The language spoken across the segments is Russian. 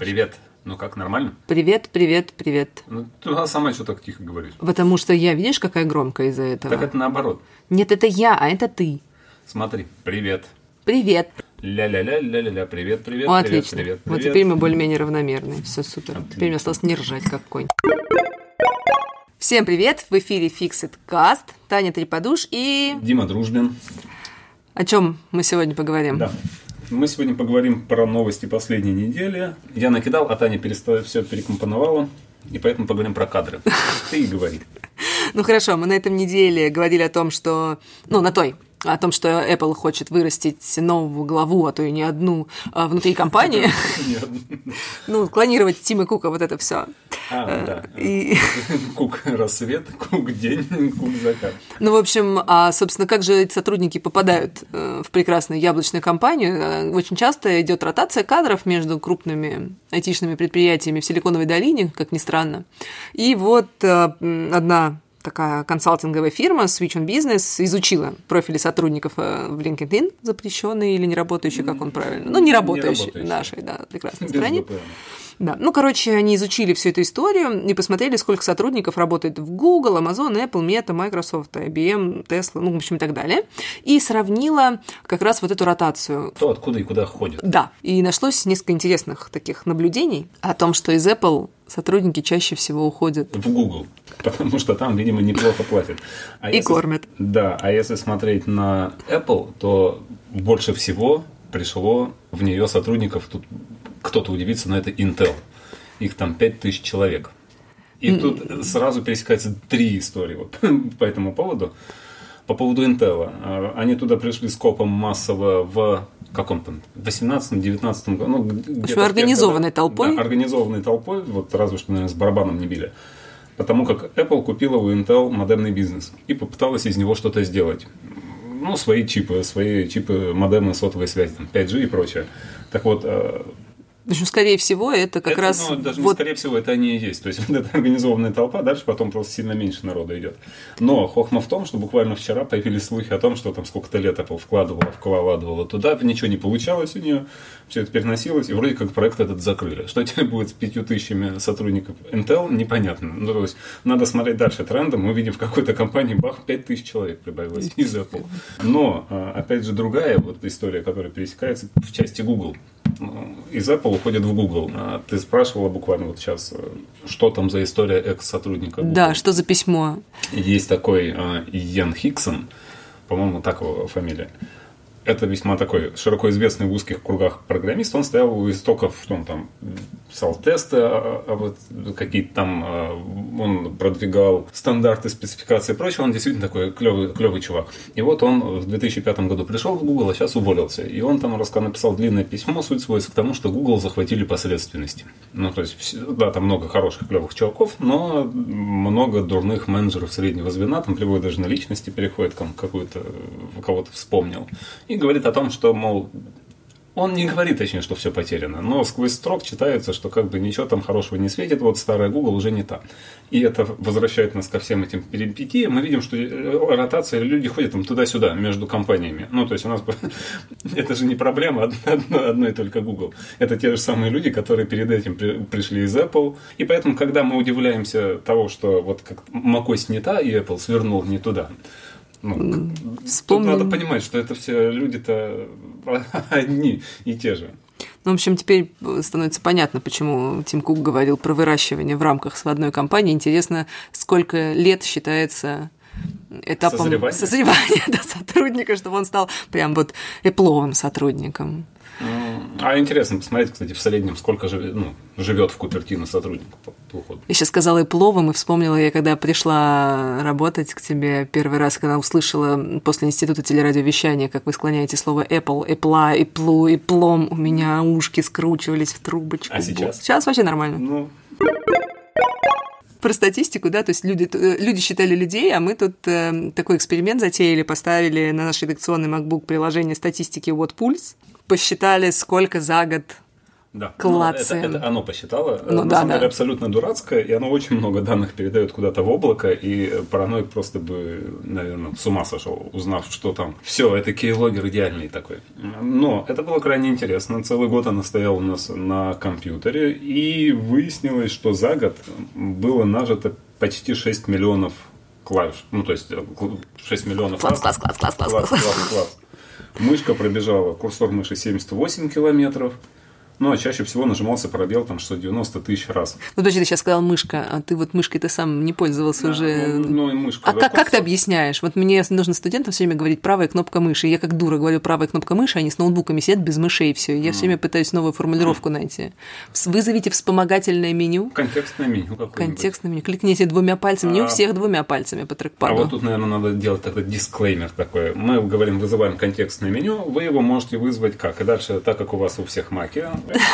Привет. Ну как, нормально? Привет, привет, привет. Ну, ты сама что так тихо говоришь? Потому что я, видишь, какая громкая из-за этого? Так это наоборот. Нет, это я, а это ты. Смотри, привет. Привет. Ля-ля-ля-ля-ля-ля, привет, привет, О, привет, отлично. привет, Вот привет. теперь мы более-менее равномерные. Все супер. Теперь мне осталось не ржать, как конь. Всем привет! В эфире Fixit Cast. Таня Треподуш и... Дима Дружбин. О чем мы сегодня поговорим? Да. Мы сегодня поговорим про новости последней недели. Я накидал, а Таня все перекомпоновала. И поэтому поговорим про кадры. Ты и говори. Ну хорошо, мы на этой неделе говорили о том, что... о том, что Apple хочет вырастить новую главу, а то и не одну, внутри компании. Ну, клонировать Тима Кука, вот это все. Да. Кук рассвет, Кук день, Кук закат. Ну, в общем, собственно, как же эти сотрудники попадают в прекрасную яблочную компанию? Очень часто идет ротация кадров между крупными айтишными предприятиями в Силиконовой долине, как ни странно. И вот одна такая консалтинговая фирма Switch on Business изучила профили сотрудников в LinkedIn, запрещенные или неработающие, как он правильно? Ну, неработающие в нашей, прекрасной стране. Да. Ну, короче, они изучили всю эту историю и посмотрели, сколько сотрудников работает в Google, Amazon, Apple, Meta, Microsoft, IBM, Tesla, ну, в общем, и так далее. И сравнила как раз вот эту ротацию. Кто, откуда и куда ходит. Да. И нашлось несколько интересных таких наблюдений о том, что из Apple сотрудники чаще всего уходят в Google, потому что там, видимо, неплохо платят. Кормят. Да, а если смотреть на Apple, то больше всего пришло в нее сотрудников, тут кто-то удивится, но это Intel. Их там 5000 человек. И тут сразу пересекаются три истории вот, по этому поводу. По поводу Intel. Они туда пришли скопом массово в каком-то 18-19 году. В общем, организованной толпой. Да, организованной толпой, вот разве что, наверное, с барабаном не били. Потому как Apple купила у Intel модемный бизнес и попыталась из него что-то сделать. Ну, свои чипы, модемы сотовой связи, там, 5G и прочее. Так вот... В общем, скорее всего, это как раз... Ну, даже не скорее всего, это они и есть. То есть, вот эта организованная толпа, дальше потом просто сильно меньше народа идет. Но хохма в том, что буквально вчера появились слухи о том, что там сколько-то лет Apple вкладывала туда, ничего не получалось у нее, все это переносилось, и вроде как проект этот закрыли. Что теперь будет с 5000 сотрудников Intel, непонятно. Ну, то есть, надо смотреть дальше трендом. Мы видим, в какой-то компании, 5000 человек прибавилось из Apple. Но, опять же, другая вот история, которая пересекается в части Google. Из Apple уходят в Google. Ты спрашивала буквально вот сейчас, что там за история экс-сотрудника Google. Да, что за письмо? Есть такой Иэн Хиксон, по-моему, так его фамилия. Это весьма такой широко известный в узких кругах программист. Он стоял у истоков, что он там писал тесты, вот какие-то там он продвигал стандарты, спецификации и прочее. Он действительно такой клевый чувак. И вот он в 2005 году пришел в Google, а сейчас уволился. И он там написал длинное письмо, суть сводится к тому, что Google захватили посредственности. Ну, то есть, да, там много хороших, клевых чуваков, но много дурных менеджеров среднего звена, там приводит даже на личности, переходит, кого-то вспомнил. И говорит о том, что, мол, он не говорит, точнее, что все потеряно, но сквозь строк читается, что как бы ничего там хорошего не светит, вот старая Google уже не та. И это возвращает нас ко всем этим перипетиям. Мы видим, что ротация, люди ходят там туда-сюда между компаниями. Ну, то есть у нас это же не проблема одной только Google. Это те же самые люди, которые перед этим пришли из Apple. И поэтому, когда мы удивляемся того, что вот как macOS не та, и Apple свернул не туда, тут надо понимать, что это все люди-то одни и те же. Ну, в общем, теперь становится понятно, почему Тим Кук говорил про выращивание в рамках одной компании. Интересно, сколько лет считается этапом созревания сотрудника, чтобы он стал прям вот эпловым сотрудником. А интересно посмотреть, кстати, в среднем, сколько живет в Купертино сотрудников по уходу. Я сейчас сказала эпловым и вспомнила, я когда пришла работать к тебе первый раз, когда услышала после института телерадиовещания, как вы склоняете слово Apple, эпла, эплу, эплом, у меня ушки скручивались в трубочку. А сейчас? Сейчас вообще нормально. Про статистику, да, то есть люди считали людей, а мы тут такой эксперимент затеяли, поставили на наш редакционный MacBook приложение статистики WhatPulse, посчитали, сколько за год Да. клацаем. Это оно посчитало. Ну, на самом деле абсолютно дурацкое, и оно очень много данных передает куда-то в облако, и параноик просто бы, наверное, с ума сошел, узнав, что там. Все, это кейлогер идеальный такой. Но это было крайне интересно. Целый год она стояла у нас на компьютере, и выяснилось, что за год было нажито почти 6 миллионов клавиш. Ну, то есть 6 миллионов класс. Мышка пробежала, курсор мыши 78 километров. Ну, а чаще всего нажимался пробел там 690 тысяч раз. Ну, точно, ты сейчас сказал мышка, а ты вот мышкой ты сам не пользовался уже. Ну, и мышка. А как ты объясняешь? Вот мне нужно студентам все время говорить правая кнопка мыши. Я как дура говорю правая кнопка мыши, они с ноутбуками сидят без мышей, все. Я все время пытаюсь новую формулировку найти. Вызовите вспомогательное меню. Контекстное меню какое-нибудь. Контекстное меню. Кликните двумя пальцами. Не у всех двумя пальцами по трекпаду. А вот тут, наверное, надо делать тогда дисклеймер такой. Мы говорим, вызываем контекстное меню, вы его можете вызвать как? И дальше, так как у вас у всех маки,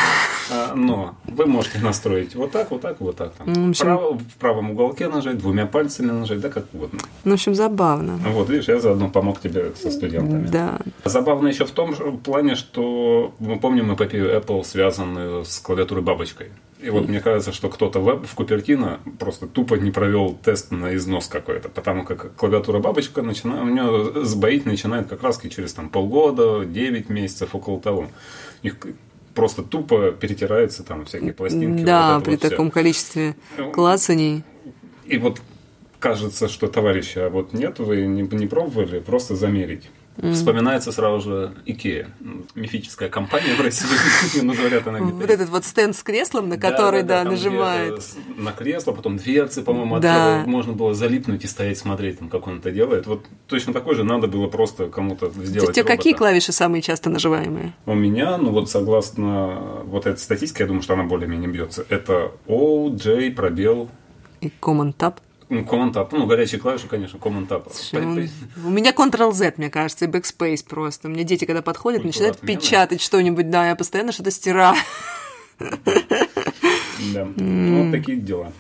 но вы можете настроить вот так, вот так, вот так. В правом уголке нажать, двумя пальцами нажать, да, как угодно. Ну, в общем, забавно. Вот, видишь, я заодно помог тебе со студентами. Да. Забавно еще в том же плане, что мы помним эпопею Apple, связанную с клавиатурой бабочкой. И вот мне кажется, что кто-то в Купертино просто тупо не провел тест на износ какой-то, потому как клавиатура бабочка у нее сбоить начинает как раз через там, полгода, 9 месяцев, около того. Их просто тупо перетираются там всякие пластинки. Да, вот при вот таком количестве клацаний. И вот кажется, что, товарищи, а вот нет, вы не пробовали просто замерить. Вспоминается сразу же Икея, мифическая компания в России, ну, говорят, она вот этот вот стенд с креслом, на который, нажимает. На кресло, потом дверцы, по-моему, открывают, можно было залипнуть и стоять смотреть, там, как он это делает. Вот точно такой же надо было просто кому-то сделать. У тебя какие клавиши самые часто нажимаемые? У меня, ну вот согласно вот этой статистике, я думаю, что она более-менее бьется. Это O, J, пробел. И Command-Tab. Command-Tab. Ну, горячие клавиши, конечно, Command-Tab. У меня Ctrl-Z, мне кажется, и Backspace просто. У меня дети, когда подходят, начинают печатать что-нибудь, да, я постоянно что-то стираю. Да, вот такие дела.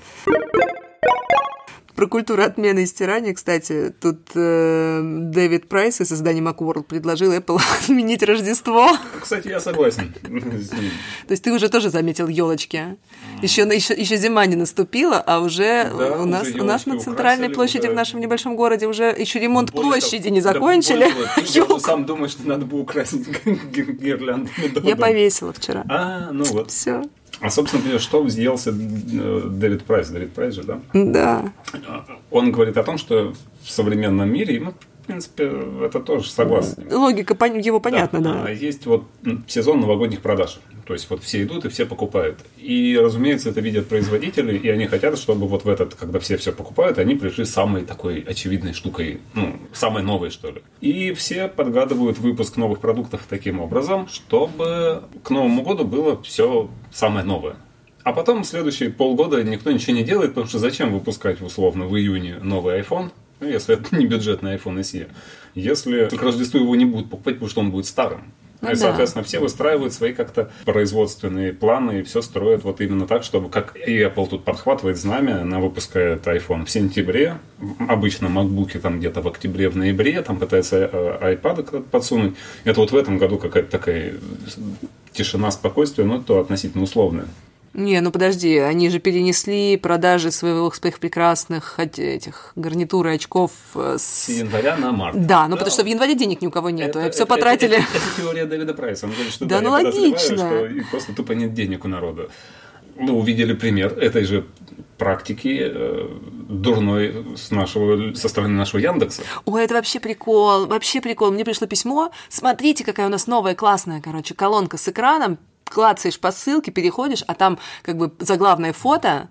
Про культуру отмены и стирания, кстати, тут Дэвид Прайс из издания Macworld предложил Apple отменить Рождество. Кстати, я согласен. То есть ты уже тоже заметил елочки. Еще зима не наступила, а уже у нас на центральной площади в нашем небольшом городе уже еще ремонт площади не закончили. Я уже сам думаю, что надо бы украсить гирлянду. Я повесила вчера. Ну вот. Все. А, собственно, что сделался Дэвид Прайс? Дэвид Прайс же, да? Да. Он говорит о том, что в современном мире, мы, в принципе, это тоже согласны. Логика его понятна, да. Есть вот сезон новогодних продаж. То есть вот все идут и все покупают. И, разумеется, это видят производители, и они хотят, чтобы вот в этот, когда все покупают, они пришли с самой такой очевидной штукой, ну, самой новой, что ли. И все подгадывают выпуск новых продуктов таким образом, чтобы к Новому году было все самое новое. А потом следующие полгода никто ничего не делает, потому что зачем выпускать условно в июне новый iPhone, ну, если это не бюджетный iPhone SE, если к Рождеству его не будут покупать, потому что он будет старым. И, соответственно, все выстраивают свои как-то производственные планы и все строят вот именно так, чтобы, как и Apple тут подхватывает знамя, она выпускает iPhone в сентябре, обычно MacBook'и там где-то в октябре, в ноябре, там пытается iPad подсунуть. Это вот в этом году какая-то такая тишина, спокойствие, но это относительно условное. Не, ну подожди, они же перенесли продажи своих прекрасных этих гарнитур и очков с января на март. Да, ну потому что в январе денег ни у кого нету, и все потратили. Это теория Дэвида Прайса. Он говорит, что да, ну логично. Что просто тупо нет денег у народа. Мы увидели пример этой же практики дурной со стороны нашего Яндекса. Ой, это вообще прикол. Мне пришло письмо. Смотрите, какая у нас новая классная, колонка с экраном. Клацаешь по ссылке, переходишь, а там как бы заглавное фото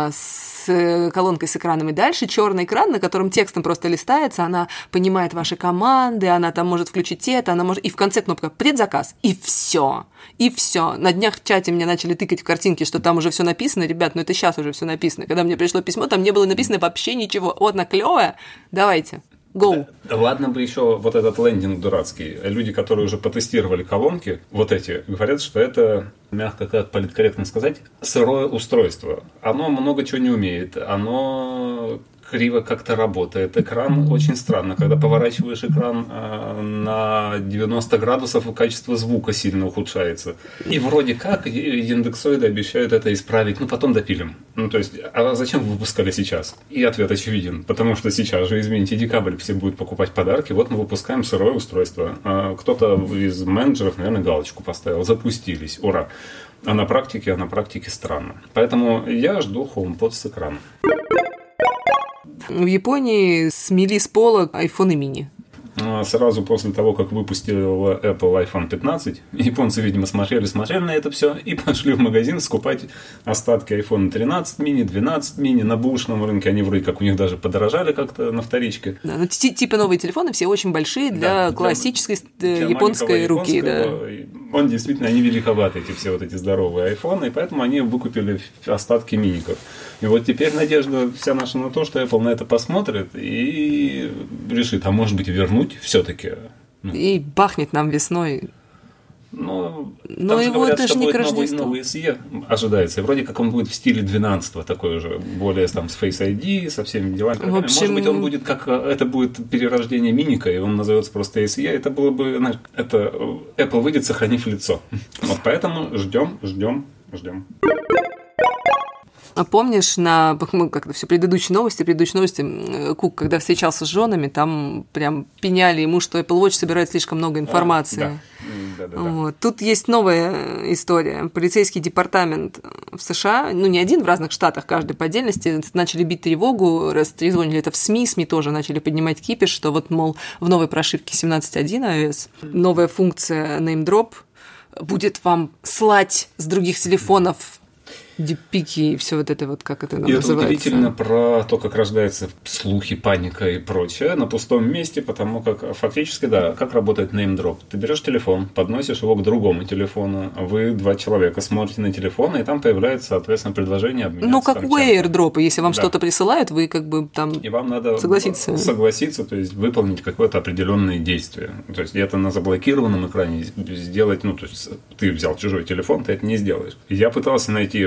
с колонкой с экраном, и дальше черный экран, на котором текстом просто листается, она понимает ваши команды, она там может включить это, она может... И в конце кнопка «Предзаказ». И все. На днях в чате мне начали тыкать в картинки, что там уже все написано. Ребят, ну это сейчас уже все написано. Когда мне пришло письмо, там не было написано вообще ничего. Вот она клевая. Давайте. Go. Да ладно бы еще вот этот лендинг дурацкий. Люди, которые уже потестировали колонки, вот эти, говорят, что это, мягко как политкорректно сказать, сырое устройство. Оно много чего не умеет. Оно криво как-то работает. Экран очень странно. Когда поворачиваешь экран на 90 градусов, качество звука сильно ухудшается. И вроде как индексоиды обещают это исправить. Ну, потом допилим. Ну, то есть, а зачем вы выпускали сейчас? И ответ очевиден. Потому что сейчас же, извините, декабрь, все будут покупать подарки. Вот мы выпускаем сырое устройство. Кто-то из менеджеров, наверное, галочку поставил. Запустились. Ура. А на практике странно. Поэтому я жду HomePod с экраном. В Японии смели с пола iPhone mini. Сразу после того, как выпустила Apple iPhone 15, японцы, видимо, смотрели на это все и пошли в магазин скупать остатки iPhone 13 mini, 12 mini на бэушном рынке. Они вроде как у них даже подорожали как-то на вторичке. Да, ну, типа новые телефоны все очень большие для классической для японской руки. Да. Он действительно, они великоваты, эти все вот эти здоровые айфоны, и поэтому они выкупили остатки миников. И вот теперь надежда вся наша на то, что Apple на это посмотрит и решит, а может быть вернуть все-таки. И бахнет нам весной. Но его же говорят, даже что не будет к Рождеству. новый SE ожидается. И вроде как он будет в стиле 12-го, такой же, более там с Face ID, со всеми делами. В общем... Может быть, он будет как это будет перерождение миника, и он назовется просто SE. Это было бы, знаешь, это Apple выйдет, сохранив лицо. Вот поэтому ждем. А помнишь, как-то все предыдущие новости, Кук, когда встречался с женами, там прям пеняли ему, что Apple Watch собирает слишком много информации. Да. Вот. Тут есть новая история. Полицейский департамент в США, не один, в разных штатах, каждый по отдельности, начали бить тревогу, растрезвонили это в СМИ тоже начали поднимать кипиш, что вот, мол, в новой прошивке 17.1 iOS новая функция Name Drop будет вам слать с других телефонов диппики и все вот это вот, как это называется. И это удивительно про то, как рождаются слухи, паника и прочее на пустом месте, потому как фактически, да, как работает name drop. Ты берешь телефон, подносишь его к другому телефону, вы два человека смотрите на телефон, и там появляется, соответственно, предложение обменяться. Как у AirDrop, если вам что-то присылают, вы как бы там и вам надо согласиться, то есть выполнить какое-то определенное действие. То есть это на заблокированном экране сделать, то есть ты взял чужой телефон, ты это не сделаешь. Я пытался найти,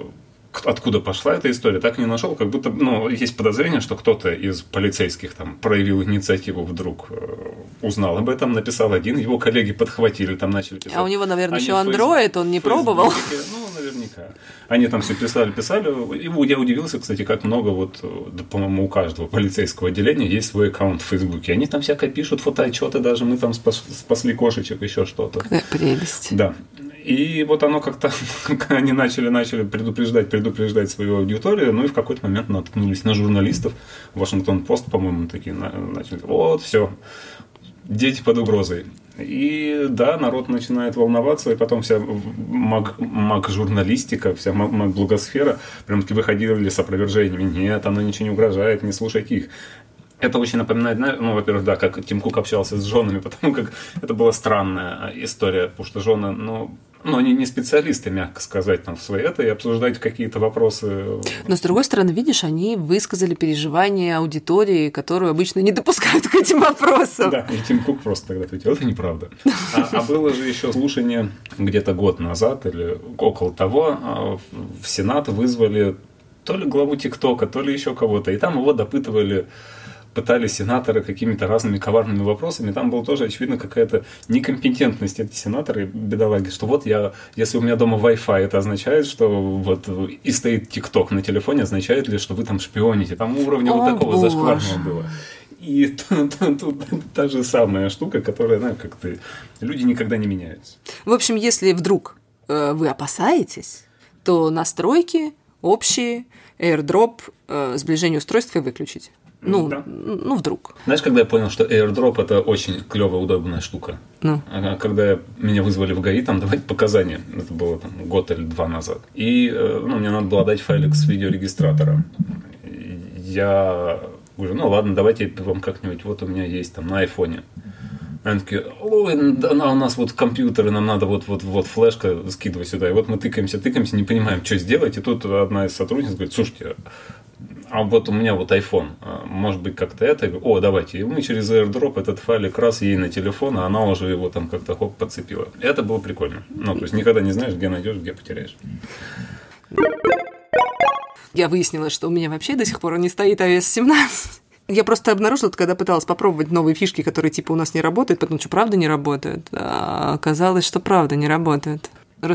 откуда пошла эта история, так и не нашел, как будто, есть подозрение, что кто-то из полицейских там проявил инициативу, вдруг узнал об этом, написал один, его коллеги подхватили, там начали писать. А у него, наверное, еще Android, он не пробовал? Наверняка. Они там все писали. И я удивился, кстати, как много по-моему, у каждого полицейского отделения есть свой аккаунт в Фейсбуке. Они там всякое пишут, фотоотчеты даже, мы там спасли кошечек, еще что-то. Какая прелесть. Да. И вот оно как-то, они начали предупреждать свою аудиторию, и в какой-то момент наткнулись на журналистов. Вашингтон-Пост, по-моему, такие начали. Вот, все, дети под угрозой. И да, народ начинает волноваться, и потом вся маг-журналистика, вся маг-блогосфера прям-таки выходили с опровержениями. Нет, оно ничего не угрожает, не слушайте их. Это очень напоминает, во-первых, да, как Тим Кук общался с женами, потому как это была странная история, потому что жены, они не специалисты, мягко сказать, в своей и обсуждать какие-то вопросы. Но, с другой стороны, видишь, они высказали переживания аудитории, которую обычно не допускают к этим вопросам. Да, и Тим Кук просто тогда ответил, это неправда. А было же еще слушание где-то год назад или около того, в Сенат вызвали то ли главу ТикТока, то ли еще кого-то, и там его пытались сенаторы какими-то разными коварными вопросами. Там была тоже, очевидно, какая-то некомпетентность эти сенаторы, бедолаги, что если у меня дома Wi-Fi, это означает, что и стоит ТикТок на телефоне, означает ли, что вы там шпионите. Там уровня такого зашкварного было. И тут та же самая штука, которая, люди никогда не меняются. В общем, если вдруг вы опасаетесь, то настройки общие, AirDrop, сближение устройства выключите. Вдруг. Знаешь, когда я понял, что AirDrop – это очень клевая, удобная штука? Когда меня вызвали в ГАИ, давать показания. Это было год или два назад. И мне надо было дать файлик с видеорегистратора. Я говорю, ладно, давайте вам как-нибудь, вот у меня есть на айфоне. Они такие, у нас компьютеры, нам надо флешка скидывать сюда. И вот мы тыкаемся, не понимаем, что сделать. И тут одна из сотрудниц говорит, слушайте, а вот у меня iPhone, может быть, как-то это? Я говорю, давайте. И мы через AirDrop этот файлик раз ей на телефон, а она уже его как-то подцепила. Это было прикольно. То есть никогда не знаешь, где найдешь, где потеряешь. Я выяснила, что у меня вообще до сих пор не стоит iOS 17. Я просто обнаружила, когда пыталась попробовать новые фишки, которые типа у нас не работают, потому что правда не работают. А оказалось, что правда не работает.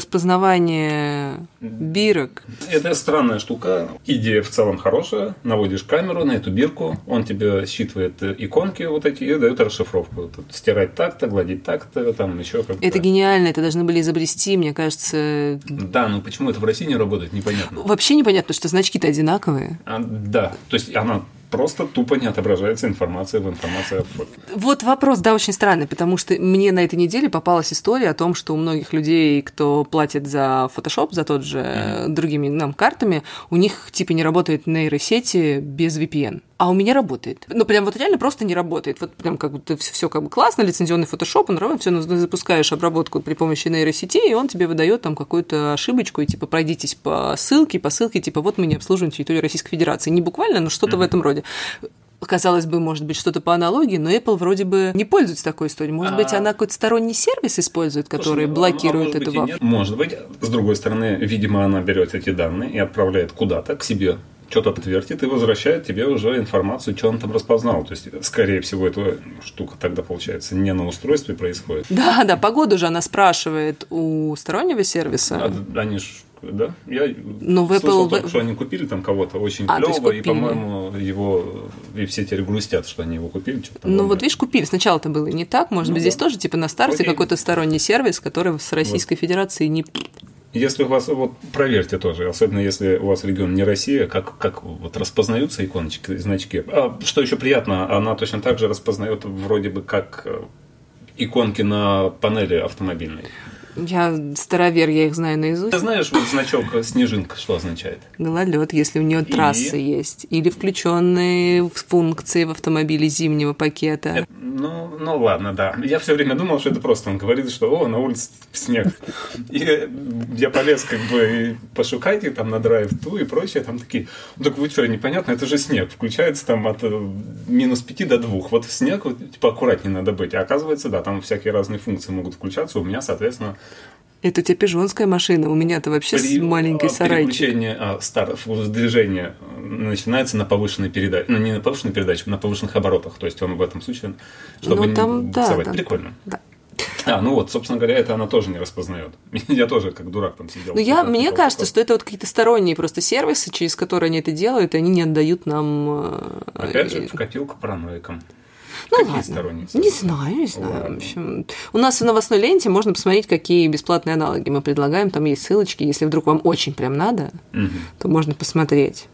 Распознавание бирок. Это странная штука. Идея в целом хорошая. Наводишь камеру на эту бирку, он тебе считывает иконки вот эти и дает расшифровку. Тут стирать так-то, гладить так-то, там еще как-то. Это гениально, это должны были изобрести, мне кажется. Да, но почему это в России не работает, непонятно. Вообще непонятно, потому что значки-то одинаковые. Да, то есть она просто тупо не отображается информация в информации. Вот вопрос, да, очень странный, потому что мне на этой неделе попалась история о том, что у многих людей, кто платит за Photoshop, за тот же другими нам картами, у них типа не работает нейросети без VPN. А у меня работает. Ну, прям вот реально просто не работает. Вот прям как будто все как бы классно, лицензионный Photoshop, он работает, все, запускаешь обработку при помощи нейросети, и он тебе выдает там какую-то ошибочку, и типа пройдитесь по ссылке, типа вот мы не обслуживаем территорию Российской Федерации. Не буквально, но что-то в этом роде. Казалось бы, может быть, что-то по аналогии, но Apple вроде бы не пользуется такой историей. Может быть, она какой-то сторонний сервис использует, который блокирует эту вафлю? Может быть. С другой стороны, видимо, она берет эти данные и отправляет куда-то к себе, что-то подтвердит и возвращает тебе уже информацию, что он там распознал. То есть, скорее всего, эта штука тогда, получается, не на устройстве происходит. Да, погоду же она спрашивает у стороннего сервиса. Они ж... Да, я но слышал только, что они купили там кого-то очень клево, и, по-моему, его и все теперь грустят, что они его купили. Ну вот видишь, купили. Сначала-то было не так. Может быть, здесь тоже типа на старте какой-то сторонний сервис, который с Российской Федерацией не... Если у вас, вот проверьте тоже, особенно если у вас регион не Россия, как вот распознаются иконочки, значки. А что еще приятно, она точно так же распознает вроде бы как иконки на панели автомобильной. Я старовер, я их знаю наизусть. Ты знаешь, вот значок снежинка, что означает? Гололед, если у нее трассы есть. Или включенные функции в автомобиле зимнего пакета. Ну ладно, да. Я все время думал, что это просто он говорит, что на улице снег. И я полез как бы пошукайте там на драйв-ту и прочее. Там такие, так вы что, непонятно, это же снег. Включается там от -5 до 2. Вот в снег вот, типа аккуратнее надо быть. А оказывается, да, там всякие разные функции могут включаться. У меня, соответственно... Это у тебя пижонская машина, у меня-то вообще маленький сарайчик. Переключение движения начинается на повышенной передаче. Ну, не на повышенной передаче, а на повышенных оборотах. То есть он в этом случае, чтобы не буксовать. Прикольно. Да. Ну вот, собственно говоря, это она тоже не распознает. Я тоже как дурак там сидел. Мне кажется, что это вот какие-то сторонние просто сервисы, через которые они это делают, и они не отдают нам... Опять же, в копилку параноикам. Ну какие ладно, сторонние? Не знаю. В общем, у нас в новостной ленте можно посмотреть, какие бесплатные аналоги мы предлагаем. Там есть ссылочки. Если вдруг вам очень прям надо, то можно посмотреть.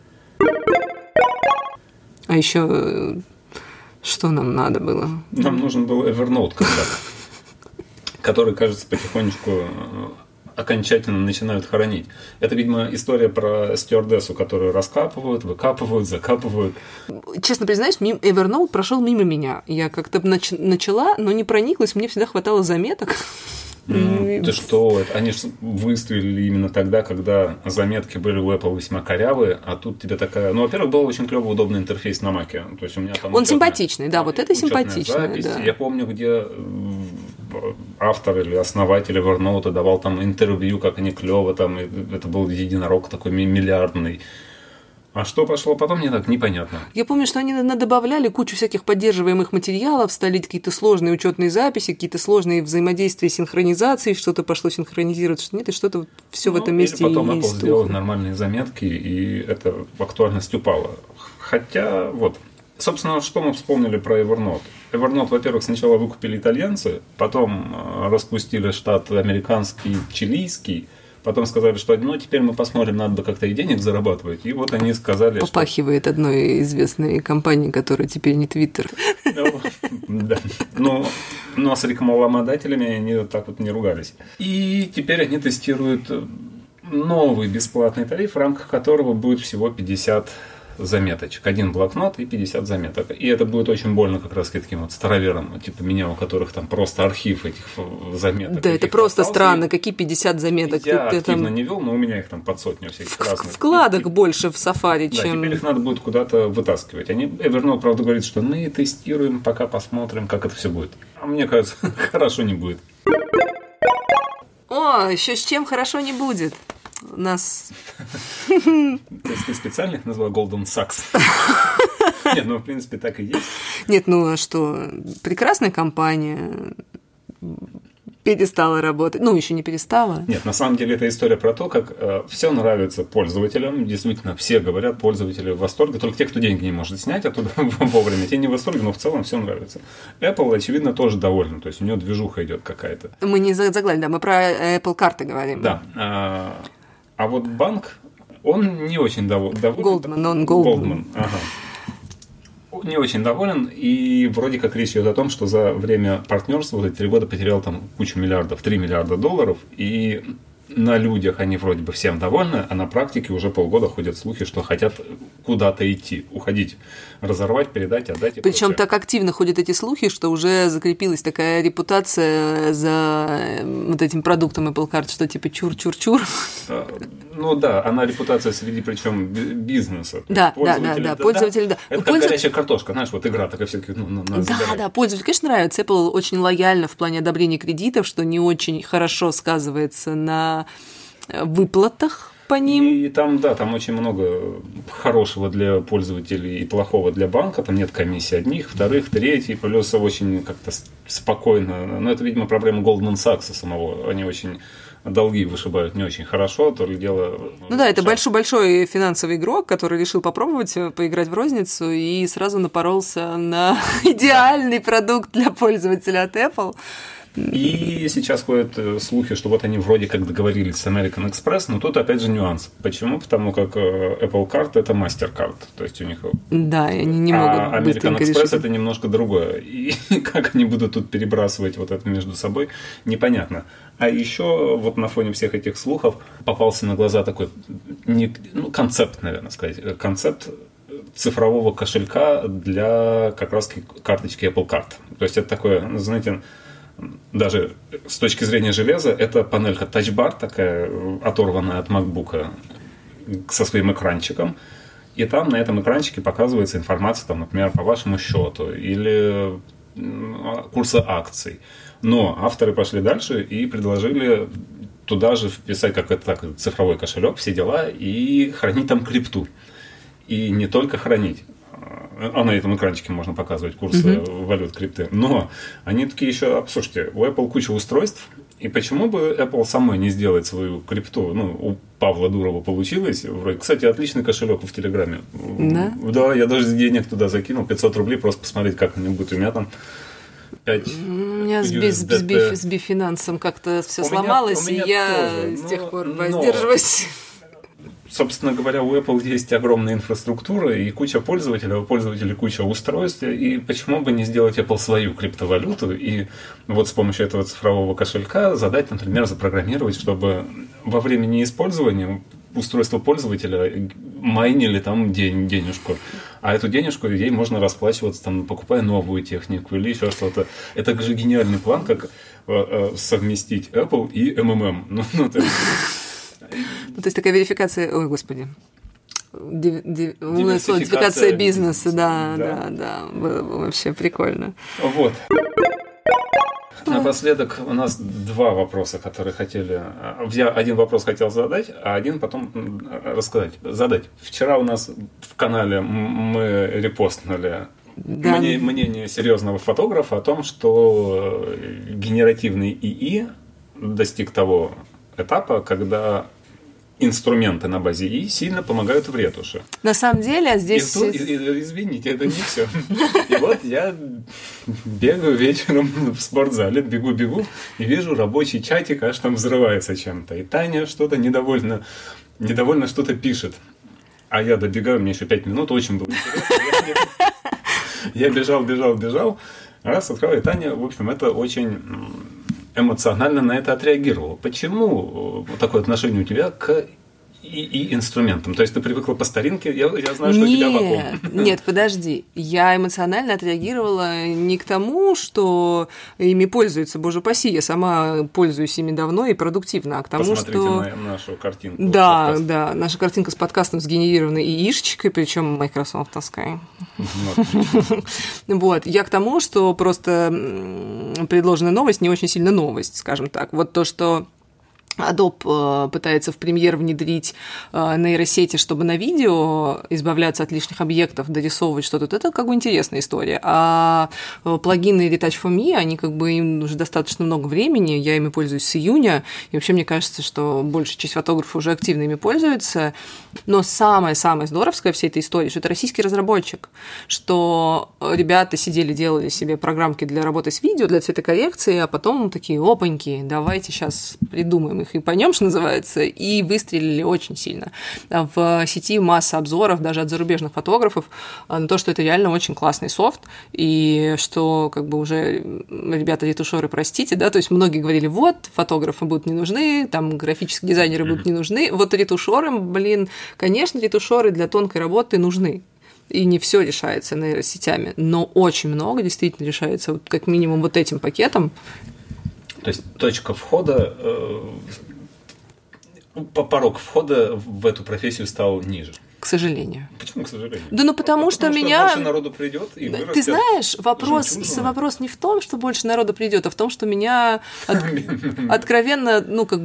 А еще что нам надо было? Нам нужен был Evernote когда-то, который, кажется, потихонечку окончательно начинают хоронить. Это, видимо, история про стюардессу, которую раскапывают, выкапывают, закапывают. Честно признаюсь, Evernote прошел мимо меня. Я как-то начала, но не прониклась, мне всегда хватало заметок. Ты что? Они же выстрелили именно тогда, когда заметки были у Apple весьма корявые, а тут тебе такая... Ну, во-первых, был очень клёвый, удобный интерфейс на Mac. То есть у меня там он симпатичный, да, вот это симпатично. Да. Я помню, где автор или основатель Evernote давал там интервью, как они клёво там, это был единорог такой миллиардный. А что пошло потом, мне так непонятно. Я помню, что они добавляли кучу всяких поддерживаемых материалов, стали какие-то сложные учетные записи, какие-то сложные взаимодействия, синхронизации, что-то пошло синхронизировать, что нет, и что-то все в этом месте. Потом Apple сделал нормальные заметки, и это актуальность упала. Хотя, вот, собственно, что мы вспомнили про Evernote? Evernote, во-первых, сначала выкупили итальянцы, потом распустили штат американский, чилийский, потом сказали, что теперь мы посмотрим, надо бы как-то и денег зарабатывать. И вот они сказали, попахивает одной известной компании, которая теперь не Twitter. Да. Но с рекламодателями они вот так вот не ругались. И теперь они тестируют новый бесплатный тариф, в рамках которого будет всего 50 заметочек. 1 блокнот и 50 заметок. И это будет очень больно как раз таким вот староверам, типа меня, у которых там просто архив этих заметок. Да, это просто странно, какие 50 заметок. Я активно не вел, но у меня их там под сотню всяких разных. Вкладок больше в Safari, чем... Да, теперь их надо будет куда-то вытаскивать. Evernote, правда, говорит, что мы тестируем, пока посмотрим, как это все будет. А мне кажется, хорошо не будет. О, еще с чем хорошо не будет. У нас То есть ты специально их назвал Goldman Sachs? Нет, ну, в принципе, так и есть. Нет, ну, а что, прекрасная компания перестала работать. Ну, еще не перестала. Нет, на самом деле это история про то, как все нравится пользователям. Действительно, все говорят, пользователи в восторге. Только те, кто деньги не может снять оттуда вовремя, те не в восторге, но в целом все нравится. Apple, очевидно, тоже довольна. То есть у нее движуха идет какая-то. Мы не заглавили, да, мы про Apple карты говорим. Да. А вот банк, он не очень доволен. Goldman. Ага. Не очень доволен, и вроде как речь идет о том, что за время партнерства вот эти 3 года потерял там кучу миллиардов, 3 миллиарда долларов, и на людях они вроде бы всем довольны, а на практике уже полгода ходят слухи, что хотят куда-то идти, уходить, разорвать, передать, отдать. Причем так активно ходят эти слухи, что уже закрепилась такая репутация за вот этим продуктом Apple Card, что типа чур-чур-чур. Ну да, она репутация среди причем бизнеса. Да, пользователи, да. Это как горячая картошка, знаешь, вот игра такая все-таки. Да, пользователю, конечно, нравится. Apple очень лояльна в плане одобрения кредитов, что не очень хорошо сказывается на выплатах по ним. И там, да, там очень много хорошего для пользователей и плохого для банка. Там нет комиссии одних, вторых, третьих. Плюс очень как-то спокойно. Но это, видимо, проблема Goldman Sachs самого. Они очень долги вышибают не очень хорошо, то ли дело... Ну да, это большой финансовый игрок, который решил попробовать поиграть в розницу и сразу напоролся на идеальный продукт для пользователя от Apple. И сейчас ходят слухи, что вот они вроде как договорились с American Express, но тут опять же нюанс. Почему? Потому как Apple Card это MasterCard, то есть у них... Да, и они не могут American Express решить. это немножко другое. И как они будут тут перебрасывать вот это между собой, непонятно. А еще вот на фоне всех этих слухов попался на глаза такой концепт, наверное сказать, концепт цифрового кошелька для как раз карточки Apple Card. То есть это такое, знаете, даже с точки зрения железа, это панелька Touch Bar, такая оторванная от MacBook со своим экранчиком. И там на этом экранчике показывается информация, там, например, по вашему счету или курса акций. Но авторы пошли дальше и предложили туда же вписать как это так, цифровой кошелек, все дела, и хранить там крипту. И не только хранить. А на этом экранчике можно показывать курсы валют крипты. Но они такие еще, слушайте, у Apple куча устройств, и почему бы Apple самой не сделать свою крипту? Ну, у Павла Дурова получилось. Кстати, отличный кошелек в Телеграме. Да? Да, я даже денег туда закинул, 500 рублей, просто посмотреть, как они будут. У меня там 5... У меня с бифинансом как-то все сломалось, и я тоже, с тех пор воздерживаюсь. Собственно говоря, у Apple есть огромная инфраструктура и куча пользователей, у пользователей куча устройств, и почему бы не сделать Apple свою криптовалюту и вот с помощью этого цифрового кошелька задать, например, запрограммировать, чтобы во время неиспользования устройства пользователя майнили там денежку, а эту денежку ей можно расплачиваться, там, покупая новую технику или еще что-то. Это же гениальный план, как совместить Apple и MMM. То есть такая верификация, ой, господи, умное слово, идентификация бизнеса, да, было бы вообще прикольно. Вот. Напоследок у нас 2 вопроса, которые хотели... Я один вопрос хотел задать, а один потом задать. Вчера у нас в канале мы репостнули мнение серьезного фотографа о том, что генеративный ИИ достиг того этапа, когда инструменты на базе ИИ сильно помогают в ретуше. На самом деле, здесь... Извините, это не все. И вот я бегаю вечером в спортзале, бегу, и вижу рабочий чатик, аж там взрывается чем-то. И Таня что-то недовольно что-то пишет. А я добегаю, мне еще 5 минут, очень было интересно. Я бежал. Раз, открываю, и Таня, в общем, это очень... эмоционально на это отреагировала. Почему такое отношение у тебя к инструментам? То есть ты привыкла по старинке, я знаю, что у тебя вакуум. Нет, подожди. Я эмоционально отреагировала не к тому, что ими пользуются, боже упаси, я сама пользуюсь ими давно и продуктивно, а к тому, посмотрите что... на нашу картинку. Да, наша картинка с подкастом сгенерированной яичечкой, причем майкрософтовской. Вот. Я к тому, что просто предложенная новость не очень сильно новость, скажем так. Вот то, что Adobe пытается в Premiere внедрить нейросети, чтобы на видео избавляться от лишних объектов, дорисовывать что-то. Это как бы интересная история. А плагины Retouch for Me, они как бы им уже достаточно много времени, я ими пользуюсь с июня, и вообще мне кажется, что большая часть фотографов уже активно ими пользуется. Но самое-самое здоровское всей этой истории, что это российский разработчик, что ребята сидели, делали себе программки для работы с видео, для цветокоррекции, а потом такие, опаньки, давайте сейчас придумаем их и поймем, что называется, и выстрелили очень сильно. В сети масса обзоров, даже от зарубежных фотографов, на то, что это реально очень классный софт, и что как бы уже ребята-ретушеры, простите, да, то есть многие говорили, вот, фотографы будут не нужны, там графические дизайнеры будут не нужны, вот ретушерам, конечно, ретушеры для тонкой работы нужны. И не все решается нейросетями, но очень много действительно решается вот как минимум вот этим пакетом. То есть точка входа, порог входа в эту профессию стал ниже. К сожалению. Почему, к сожалению? Да, ну потому что меня... больше народу придет и вырастет. Ты знаешь, вопрос не в том, что больше народу придет, а в том, что меня откровенно,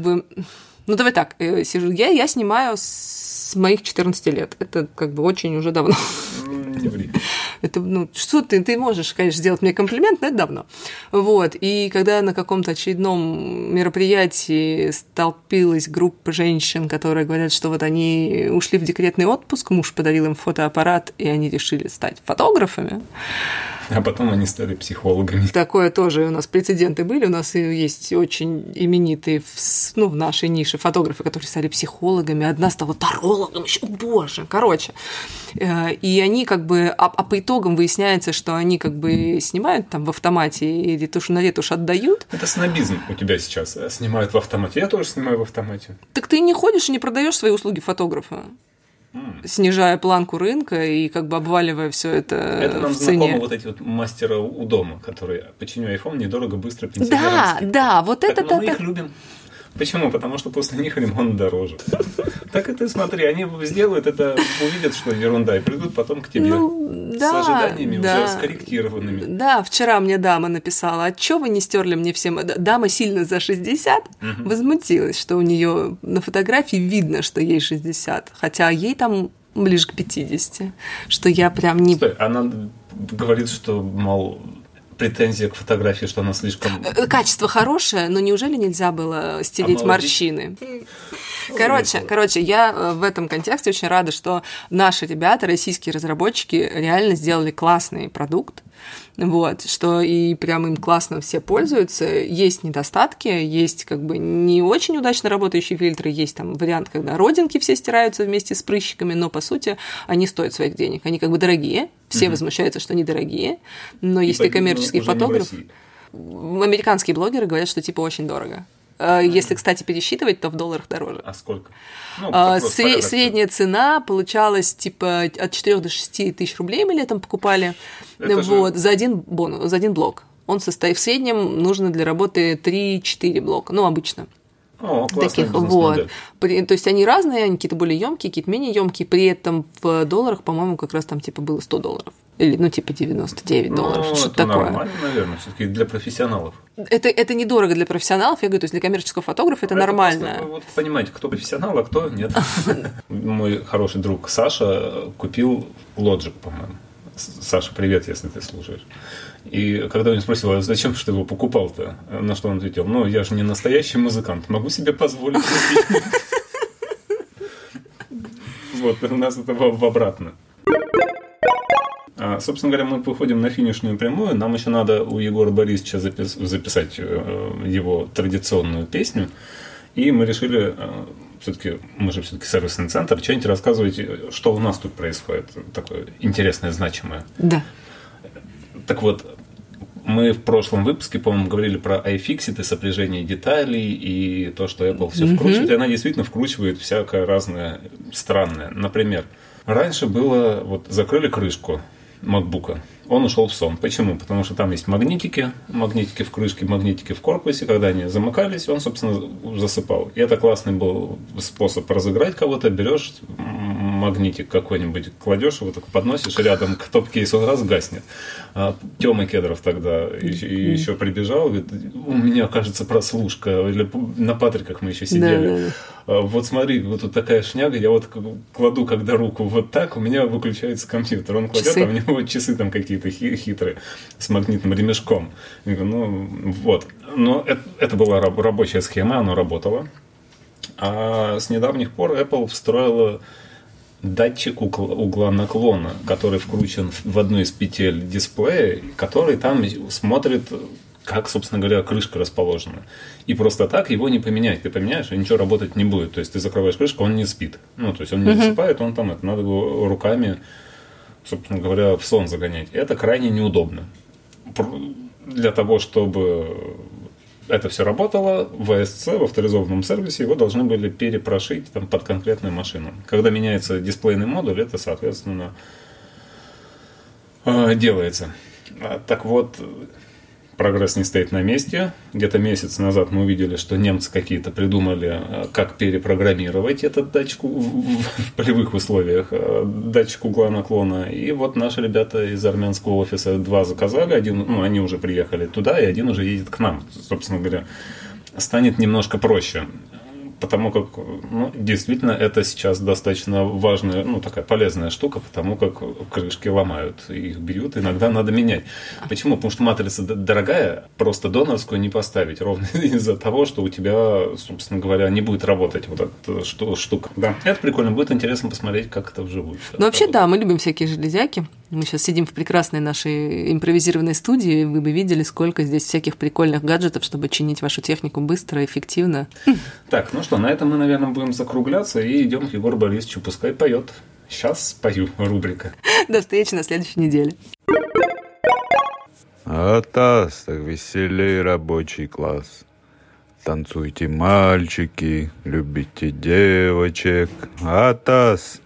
давай так, сижу, я снимаю с моих 14 лет. Это как бы очень уже давно. Не ври. Это, что ты можешь, конечно, сделать мне комплимент, но это давно. Вот. И когда на каком-то очередном мероприятии столпилась группа женщин, которые говорят, что вот они ушли в декретный отпуск, муж подарил им фотоаппарат, и они решили стать фотографами. А потом они стали психологами. Такое тоже у нас прецеденты были. У нас есть очень именитые в нашей нише фотографы, которые стали психологами. Одна стала тарологом. Еще, боже, короче. И они как бы... А по итогам выясняется, что они как бы снимают там в автомате и на ретушь отдают. Это снобизм у тебя сейчас. Снимают в автомате. Я тоже снимаю в автомате. Так ты не ходишь и не продаешь свои услуги фотографа, снижая планку рынка и как бы обваливая все это в цене. Это нам знакомы вот эти вот мастера у дома, которые починю iPhone недорого, быстро, пенсионерам. Да, вот это... Мы их любим. Почему? Потому что после них ремонт дороже. Так и ты смотри, они сделают это, увидят, что ерунда, и придут потом к тебе с ожиданиями уже скорректированными. Да, вчера мне дама написала, а чё вы не стерли мне всем? Дама сильно за 60 возмутилась, что у нее на фотографии видно, что ей 60, хотя ей там ближе к 50, что я прям не... Стой, она говорит, что, мол... претензия к фотографии, что она слишком... Качество хорошее, но неужели нельзя было стереть морщины? Короче, я в этом контексте очень рада, что наши ребята, российские разработчики, реально сделали классный продукт, вот, что и прям им классно все пользуются. Есть недостатки, есть как бы не очень удачно работающие фильтры, есть там вариант, когда родинки все стираются вместе с прыщиками, но по сути они стоят своих денег. Они как бы дорогие, все возмущаются, что они дорогие, но если ты коммерческий фотограф, американские блогеры говорят, что типа очень дорого. Если, кстати, пересчитывать, то в долларах дороже. А сколько? Средняя цена получалась типа от 4 до 6 тысяч рублей мы летом покупали за один блок. Он состоит в среднем, нужно для работы 3-4 блока, обычно. Таких вот. То есть они разные, они какие-то более емкие, какие-то менее емкие. При этом в долларах, по-моему, как раз там типа было $100. Или, $99, что-то такое. Нормально, наверное, все-таки для профессионалов. Это недорого для профессионалов, я говорю, то есть для коммерческого фотографа это нормально. Вот понимаете, кто профессионал, а кто нет. Мой хороший друг Саша купил Logic, по-моему. Саша, привет, если ты слушаешь. И когда он спросил, а зачем ты его покупал-то? На что он ответил, я же не настоящий музыкант, могу себе позволить купить. Вот, у нас это в обратно. Собственно говоря, мы выходим на финишную прямую. Нам еще надо у Егора Борисовича записать его традиционную песню. И мы решили, мы же все-таки сервисный центр, что-нибудь рассказывать, что у нас тут происходит, такое интересное, значимое. Да. Так вот, мы в прошлом выпуске, по-моему, говорили про iFixit и сопряжение деталей, и то, что Apple все вкручивает. И она действительно вкручивает всякое разное странное. Например, раньше было, закрыли крышку MacBook'а, он ушел в сон. Почему? Потому что там есть магнитики в крышке, магнитики в корпусе. Когда они замыкались, он, собственно, засыпал. И это классный был способ разыграть кого-то. Берешь магнитик какой-нибудь кладешь, его так подносишь, рядом к топ-кейсу раз гаснет. Тёма Кедров тогда еще прибежал, говорит, у меня, кажется, прослушка, или на Патриках мы еще сидели. Да. Вот смотри, вот тут такая шняга, я вот кладу, когда руку вот так, у меня выключается компьютер. Он кладет, а у него часы там какие-то хитрые с магнитным ремешком. Я говорю, ну вот. Но это была рабочая схема, она работала. А с недавних пор Apple встроила датчик угла наклона, который вкручен в одну из петель дисплея, который там смотрит, как, собственно говоря, крышка расположена. И просто так его не поменять. Ты поменяешь, и ничего работать не будет. То есть ты закрываешь крышку, он не спит. Ну, то есть он не засыпает, он там, надо его руками, собственно говоря, в сон загонять. Это крайне неудобно. Для того, чтобы это все работало, в ASC, в авторизованном сервисе, его должны были перепрошить там, под конкретную машину. Когда меняется дисплейный модуль, это, соответственно, делается. Так вот, прогресс не стоит на месте. Где-то месяц назад мы увидели, что немцы какие-то придумали, как перепрограммировать этот датчик в полевых условиях, датчик угла наклона. И вот наши ребята из армянского офиса 2 заказали. Один, они уже приехали туда, и один уже едет к нам. Собственно говоря, станет немножко проще. Потому как, действительно, это сейчас достаточно важная, такая полезная штука, потому как крышки ломают, их бьют, иногда надо менять. Почему? Потому что матрица дорогая, просто донорскую не поставить, ровно из-за того, что у тебя, собственно говоря, не будет работать вот эта штука. Да, это прикольно, будет интересно посмотреть, как это вживую. Ну, вообще, да, мы любим всякие железяки. Мы сейчас сидим в прекрасной нашей импровизированной студии, и вы бы видели, сколько здесь всяких прикольных гаджетов, чтобы чинить вашу технику быстро, эффективно. Так, ну что, на этом мы, наверное, будем закругляться и идем к Егору Борисовичу, пускай поет. Сейчас спою, рубрика. До встречи на следующей неделе. Атас, так веселей рабочий класс. Танцуйте, мальчики, любите девочек. Атас.